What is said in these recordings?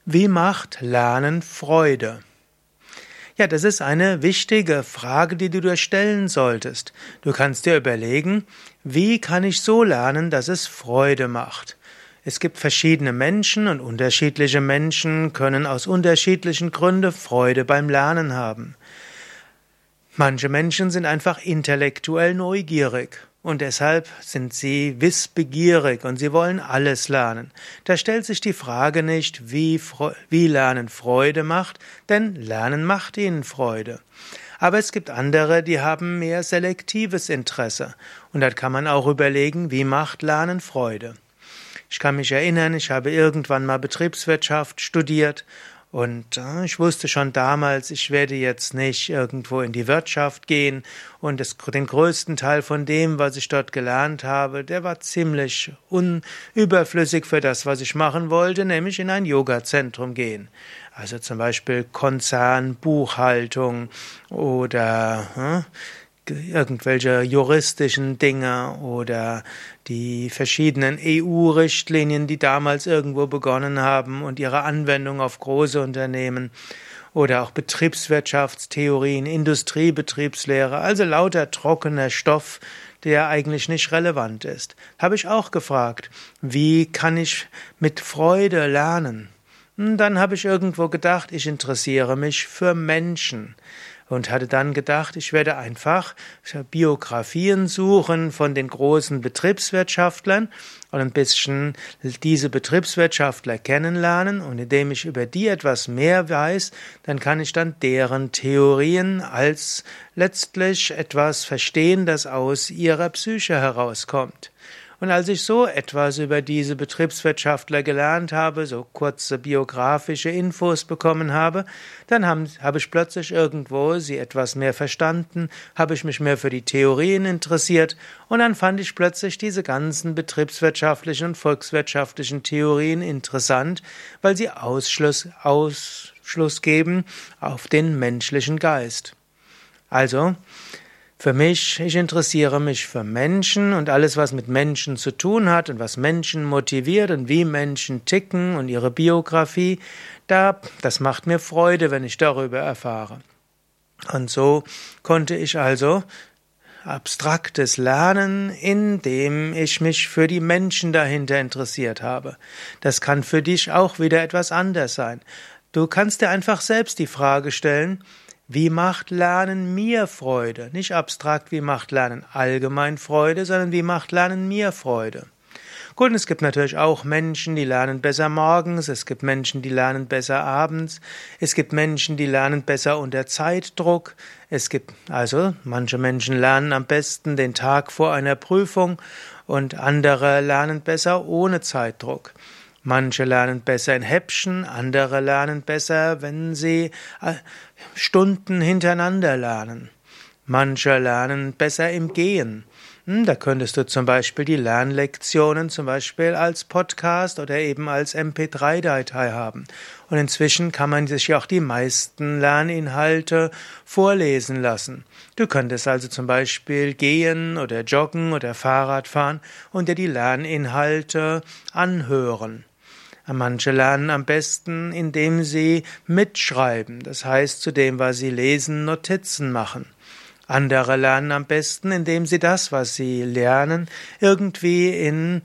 Wie macht Lernen Freude? Ja, das ist eine wichtige Frage, die du dir stellen solltest. Du kannst dir überlegen, wie kann ich so lernen, dass es Freude macht? Es gibt verschiedene Menschen und unterschiedliche Menschen können aus unterschiedlichen Gründen Freude beim Lernen haben. Manche Menschen sind einfach intellektuell neugierig und deshalb sind sie wissbegierig und sie wollen alles lernen. Da stellt sich die Frage nicht, wie Lernen Freude macht, denn Lernen macht ihnen Freude. Aber es gibt andere, die haben mehr selektives Interesse und da kann man auch überlegen, wie macht Lernen Freude. Ich kann mich erinnern, ich habe irgendwann mal Betriebswirtschaft studiert und ich wusste schon damals, ich werde jetzt nicht irgendwo in die Wirtschaft gehen und den größten Teil von dem, was ich dort gelernt habe, der war ziemlich überflüssig für das, was ich machen wollte, nämlich in ein Yoga-Zentrum gehen. Also zum Beispiel Konzernbuchhaltung oder irgendwelche juristischen Dinge oder die verschiedenen EU-Richtlinien, die damals irgendwo begonnen haben und ihre Anwendung auf große Unternehmen oder auch Betriebswirtschaftstheorien, Industriebetriebslehre, also lauter trockener Stoff, der eigentlich nicht relevant ist. Habe ich auch gefragt, wie kann ich mit Freude lernen? Und dann habe ich irgendwo gedacht, ich interessiere mich für Menschen. Und hatte dann gedacht, ich werde einfach Biografien suchen von den großen Betriebswirtschaftlern und ein bisschen diese Betriebswirtschaftler kennenlernen. Und indem ich über die etwas mehr weiß, dann kann ich dann deren Theorien als letztlich etwas verstehen, das aus ihrer Psyche herauskommt. Und als ich so etwas über diese Betriebswirtschaftler gelernt habe, so kurze biografische Infos bekommen habe, dann habe ich plötzlich irgendwo sie etwas mehr verstanden, habe ich mich mehr für die Theorien interessiert und dann fand ich plötzlich diese ganzen betriebswirtschaftlichen und volkswirtschaftlichen Theorien interessant, weil sie Ausschluss geben auf den menschlichen Geist. Also, für mich, ich interessiere mich für Menschen und alles, was mit Menschen zu tun hat und was Menschen motiviert und wie Menschen ticken und ihre Biografie, das macht mir Freude, wenn ich darüber erfahre. Und so konnte ich also abstraktes Lernen, indem ich mich für die Menschen dahinter interessiert habe. Das kann für dich auch wieder etwas anders sein. Du kannst dir einfach selbst die Frage stellen, wie macht Lernen mir Freude? Nicht abstrakt, wie macht Lernen allgemein Freude, sondern wie macht Lernen mir Freude? Gut, und es gibt natürlich auch Menschen, die lernen besser morgens, es gibt Menschen, die lernen besser abends, es gibt Menschen, die lernen besser unter Zeitdruck, manche Menschen lernen am besten den Tag vor einer Prüfung und andere lernen besser ohne Zeitdruck. Manche lernen besser in Häppchen, andere lernen besser, wenn sie Stunden hintereinander lernen. Manche lernen besser im Gehen. Da könntest du zum Beispiel die Lernlektionen zum Beispiel als Podcast oder eben als MP3-Datei haben. Und inzwischen kann man sich ja auch die meisten Lerninhalte vorlesen lassen. Du könntest also zum Beispiel gehen oder joggen oder Fahrrad fahren und dir die Lerninhalte anhören. Manche lernen am besten, indem sie mitschreiben, das heißt, zu dem, was sie lesen, Notizen machen. Andere lernen am besten, indem sie das, was sie lernen, irgendwie in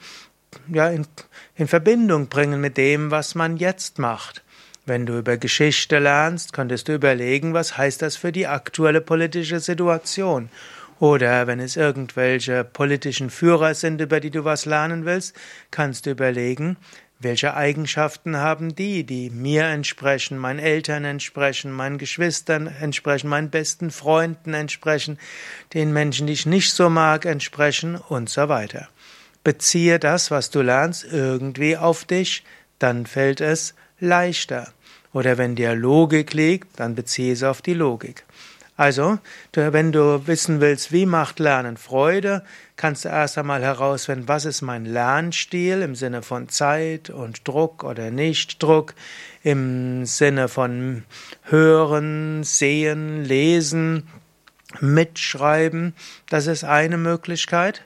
Verbindung bringen mit dem, was man jetzt macht. Wenn du über Geschichte lernst, könntest du überlegen, was heißt das für die aktuelle politische Situation? Oder wenn es irgendwelche politischen Führer sind, über die du was lernen willst, kannst du überlegen, welche Eigenschaften haben die mir entsprechen, meinen Eltern entsprechen, meinen Geschwistern entsprechen, meinen besten Freunden entsprechen, den Menschen, die ich nicht so mag, entsprechen und so weiter. Beziehe das, was du lernst, irgendwie auf dich, dann fällt es leichter. Oder wenn dir Logik liegt, dann beziehe es auf die Logik. Also, wenn du wissen willst, wie macht Lernen Freude, kannst du erst einmal herausfinden, was ist mein Lernstil im Sinne von Zeit und Druck oder Nichtdruck, im Sinne von Hören, Sehen, Lesen, Mitschreiben. Das ist eine Möglichkeit.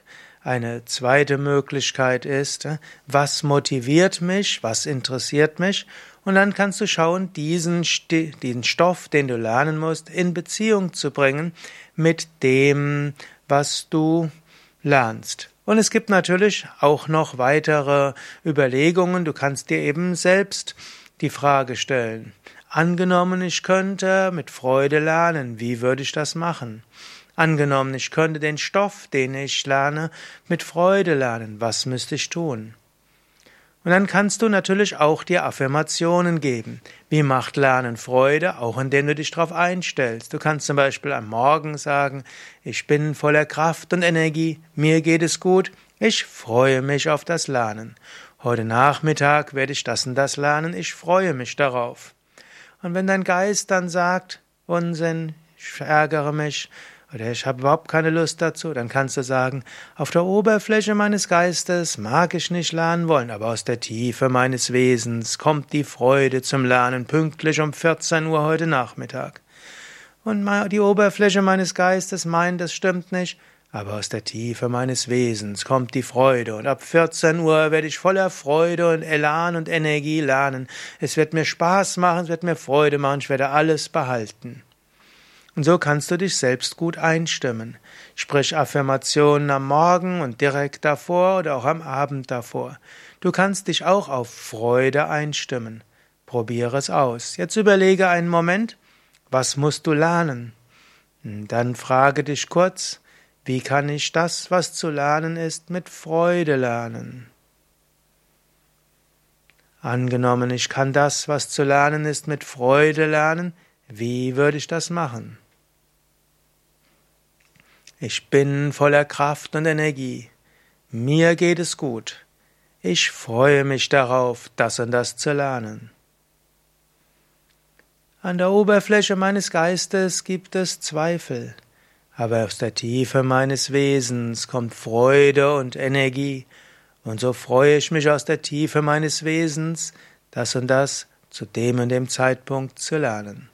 Eine zweite Möglichkeit ist, was motiviert mich, was interessiert mich? Und dann kannst du schauen, diesen Stoff, den du lernen musst, in Beziehung zu bringen mit dem, was du lernst. Und es gibt natürlich auch noch weitere Überlegungen. Du kannst dir eben selbst die Frage stellen: Angenommen, ich könnte mit Freude lernen, wie würde ich das machen? Angenommen, ich könnte den Stoff, den ich lerne, mit Freude lernen, was müsste ich tun? Und dann kannst du natürlich auch dir Affirmationen geben. Wie macht Lernen Freude? Auch indem du dich darauf einstellst. Du kannst zum Beispiel am Morgen sagen: Ich bin voller Kraft und Energie, mir geht es gut, ich freue mich auf das Lernen. Heute Nachmittag werde ich das und das lernen, ich freue mich darauf. Und wenn dein Geist dann sagt: Unsinn, ich ärgere mich, oder ich habe überhaupt keine Lust dazu, dann kannst du sagen: Auf der Oberfläche meines Geistes mag ich nicht lernen wollen, aber aus der Tiefe meines Wesens kommt die Freude zum Lernen pünktlich um 14 Uhr heute Nachmittag. Und die Oberfläche meines Geistes meint, das stimmt nicht, aber aus der Tiefe meines Wesens kommt die Freude, und ab 14 Uhr werde ich voller Freude und Elan und Energie lernen. Es wird mir Spaß machen, es wird mir Freude machen, ich werde alles behalten. Und so kannst du dich selbst gut einstimmen. Sprich Affirmationen am Morgen und direkt davor oder auch am Abend davor. Du kannst dich auch auf Freude einstimmen. Probiere es aus. Jetzt überlege einen Moment: Was musst du lernen? Dann frage dich kurz: Wie kann ich das, was zu lernen ist, mit Freude lernen? Angenommen, ich kann das, was zu lernen ist, mit Freude lernen, wie würde ich das machen? Ich bin voller Kraft und Energie. Mir geht es gut. Ich freue mich darauf, das und das zu lernen. An der Oberfläche meines Geistes gibt es Zweifel, aber aus der Tiefe meines Wesens kommt Freude und Energie, und so freue ich mich aus der Tiefe meines Wesens, das und das zu dem und dem Zeitpunkt zu lernen.